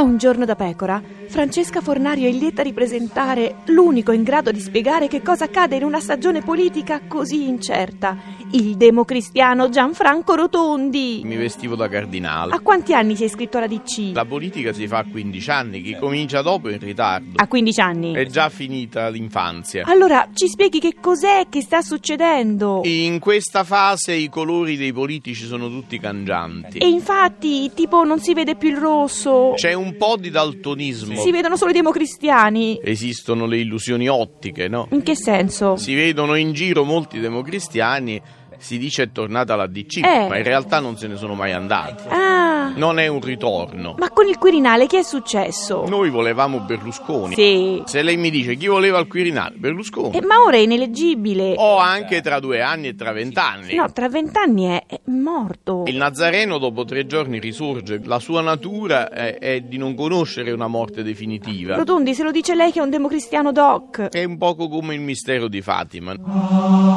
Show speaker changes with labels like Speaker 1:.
Speaker 1: Un giorno da pecora, Francesca Fornario è lieta di presentare l'unico in grado di spiegare che cosa accade in una stagione politica così incerta, il democristiano Gianfranco Rotondi.
Speaker 2: Mi vestivo da cardinale.
Speaker 1: A quanti anni sei iscritto alla DC?
Speaker 2: La politica si fa a 15 anni, chi comincia dopo è in ritardo.
Speaker 1: A 15 anni?
Speaker 2: È già finita l'infanzia.
Speaker 1: Allora, ci spieghi che cos'è che sta succedendo?
Speaker 2: In questa fase i colori dei politici sono tutti cangianti.
Speaker 1: E infatti, tipo, non si vede più il rosso.
Speaker 2: C'è un po' di daltonismo.
Speaker 1: Si vedono solo i democristiani.
Speaker 2: Esistono le illusioni ottiche, no?
Speaker 1: In che senso?
Speaker 2: Si vedono in giro molti democristiani, si dice è tornata la DC, ma in realtà non se ne sono mai andati. Non è un ritorno.
Speaker 1: Ma con il Quirinale che è successo?
Speaker 2: Noi volevamo Berlusconi.
Speaker 1: Sì.
Speaker 2: Se lei mi dice chi voleva il Quirinale, Berlusconi.
Speaker 1: Ma ora è ineleggibile.
Speaker 2: O anche tra 2 anni e tra 20 anni.
Speaker 1: No, tra 20 anni è morto.
Speaker 2: Il Nazareno dopo 3 giorni risorge. La sua natura è di non conoscere una morte definitiva.
Speaker 1: Rotondi, se lo dice lei che è un democristiano doc.
Speaker 2: È un poco come il mistero di Fatima.